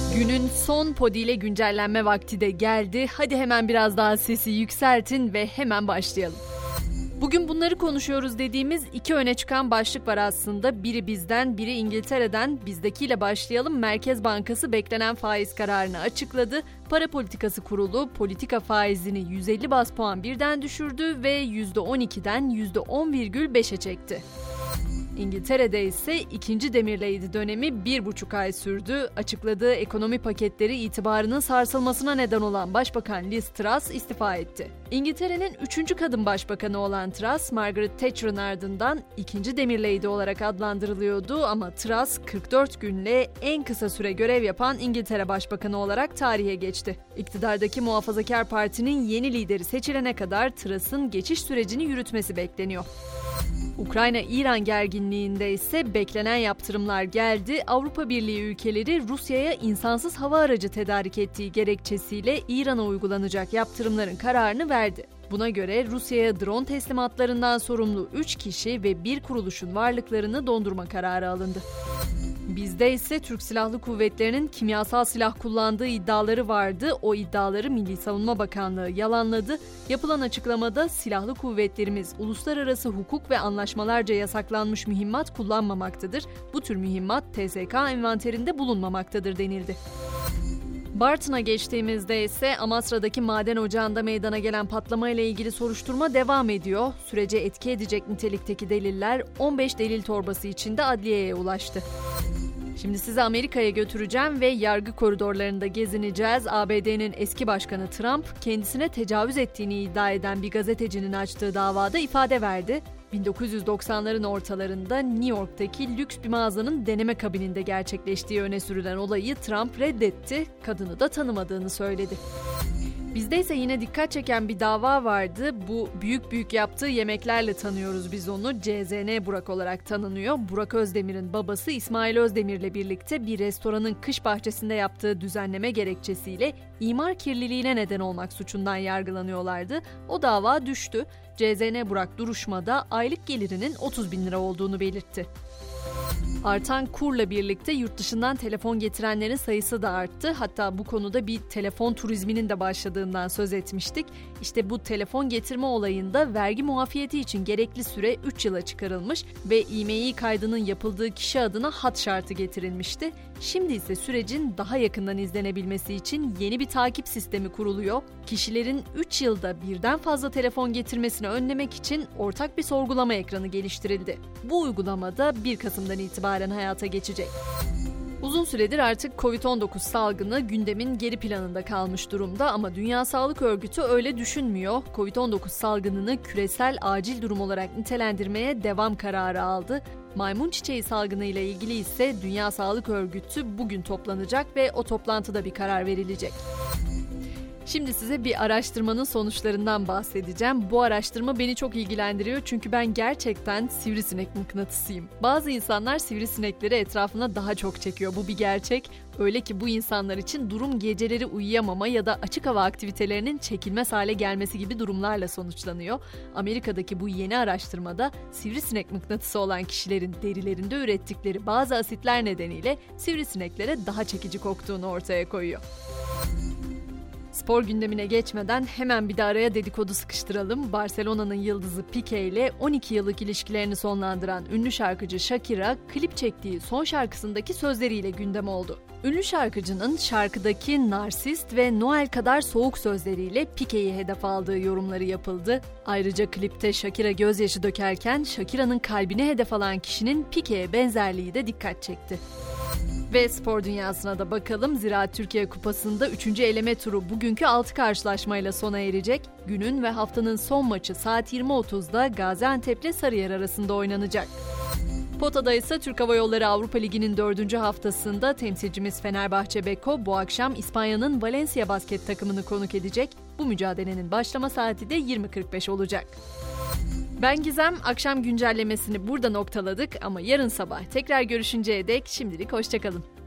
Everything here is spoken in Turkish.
Günün son podiyle güncellenme vakti de geldi. Hadi hemen biraz daha sesi yükseltin ve hemen başlayalım. Bugün bunları konuşuyoruz dediğimiz iki öne çıkan başlık var aslında. Biri bizden, biri İngiltere'den. Bizdekiyle başlayalım. Merkez Bankası beklenen faiz kararını açıkladı. Para Politikası Kurulu politika faizini 150 baz puan birden düşürdü ve %12'den %10,5'e çekti. İngiltere'de ise ikinci Demirlady dönemi 1,5 ay sürdü. Açıkladığı ekonomi paketleri itibarının sarsılmasına neden olan Başbakan Liz Truss istifa etti. İngiltere'nin 3. kadın başbakanı olan Truss, Margaret Thatcher'ın ardından ikinci Demirlady olarak adlandırılıyordu ama Truss 44 günle en kısa süre görev yapan İngiltere Başbakanı olarak tarihe geçti. İktidardaki Muhafazakar Parti'nin yeni lideri seçilene kadar Truss'ın geçiş sürecini yürütmesi bekleniyor. Ukrayna-İran gerginliğinde ise beklenen yaptırımlar geldi. Avrupa Birliği ülkeleri Rusya'ya insansız hava aracı tedarik ettiği gerekçesiyle İran'a uygulanacak yaptırımların kararını verdi. Buna göre Rusya'ya drone teslimatlarından sorumlu 3 kişi ve bir kuruluşun varlıklarını dondurma kararı alındı. Bizde ise Türk Silahlı Kuvvetleri'nin kimyasal silah kullandığı iddiaları vardı. O iddiaları Milli Savunma Bakanlığı yalanladı. Yapılan açıklamada silahlı kuvvetlerimiz uluslararası hukuk ve anlaşmalarca yasaklanmış mühimmat kullanmamaktadır. Bu tür mühimmat TSK envanterinde bulunmamaktadır denildi. Bartın'a geçtiğimizde ise Amasra'daki maden ocağında meydana gelen patlamayla ilgili soruşturma devam ediyor. Sürece etki edecek nitelikteki deliller 15 delil torbası içinde adliyeye ulaştı. Şimdi sizi Amerika'ya götüreceğim ve yargı koridorlarında gezineceğiz. ABD'nin eski başkanı Trump, kendisine tecavüz ettiğini iddia eden bir gazetecinin açtığı davada ifade verdi. 1990'ların ortalarında New York'taki lüks bir mağazanın deneme kabininde gerçekleştiği öne sürülen olayı Trump reddetti, kadını da tanımadığını söyledi. Bizde ise yine dikkat çeken bir dava vardı. Bu büyük yaptığı yemeklerle tanıyoruz biz onu. CZN Burak olarak tanınıyor. Burak Özdemir'in babası İsmail Özdemir'le birlikte bir restoranın kış bahçesinde yaptığı düzenleme gerekçesiyle imar kirliliğine neden olmak suçundan yargılanıyorlardı. O dava düştü. CZN Burak duruşmada aylık gelirinin 30 bin lira olduğunu belirtti. Artan kurla birlikte yurt dışından telefon getirenlerin sayısı da arttı. Hatta bu konuda bir telefon turizminin de başladığından söz etmiştik. İşte bu telefon getirme olayında vergi muafiyeti için gerekli süre 3 yıla çıkarılmış ve IMEI kaydının yapıldığı kişi adına hat şartı getirilmişti. Şimdi ise sürecin daha yakından izlenebilmesi için yeni bir takip sistemi kuruluyor. Kişilerin 3 yılda birden fazla telefon getirmesini önlemek için ortak bir sorgulama ekranı geliştirildi. Bu uygulamada 1 Kasım'dan itibaren hayata geçecek. Uzun süredir artık Covid-19 salgını gündemin geri planında kalmış durumda ama Dünya Sağlık Örgütü öyle düşünmüyor. Covid-19 salgınını küresel acil durum olarak nitelendirmeye devam kararı aldı. Maymun çiçeği salgını ile ilgili ise Dünya Sağlık Örgütü bugün toplanacak ve o toplantıda bir karar verilecek. Şimdi size bir araştırmanın sonuçlarından bahsedeceğim. Bu araştırma beni çok ilgilendiriyor çünkü ben gerçekten sivrisinek mıknatısıyım. Bazı insanlar sivrisinekleri etrafına daha çok çekiyor. Bu bir gerçek. Öyle ki bu insanlar için durum geceleri uyuyamama ya da açık hava aktivitelerinin çekilmez hale gelmesi gibi durumlarla sonuçlanıyor. Amerika'daki bu yeni araştırmada sivrisinek mıknatısı olan kişilerin derilerinde ürettikleri bazı asitler nedeniyle sivrisineklere daha çekici koktuğunu ortaya koyuyor. Spor gündemine geçmeden hemen bir de araya dedikodu sıkıştıralım. Barcelona'nın yıldızı Piqué ile 12 yıllık ilişkilerini sonlandıran ünlü şarkıcı Shakira, klip çektiği son şarkısındaki sözleriyle gündem oldu. Ünlü şarkıcının şarkıdaki narsist ve Noel kadar soğuk sözleriyle Piqué'yi hedef aldığı yorumları yapıldı. Ayrıca klipte Shakira gözyaşı dökerken Shakira'nın kalbine hedef alan kişinin Piqué'ye benzerliği de dikkat çekti. Ve spor dünyasına da bakalım. Ziraat Türkiye Kupası'nda 3. eleme turu bugünkü 6 karşılaşmayla sona erecek. Günün ve haftanın son maçı saat 20.30'da Gaziantep ile Sarıyer arasında oynanacak. Potada ise Türk Hava Yolları Avrupa Ligi'nin 4. haftasında temsilcimiz Fenerbahçe Beko bu akşam İspanya'nın Valencia basket takımını konuk edecek. Bu mücadelenin başlama saati de 20.45 olacak. Ben Gizem, akşam güncellemesini burada noktaladık ama yarın sabah tekrar görüşünceye dek şimdilik hoşçakalın.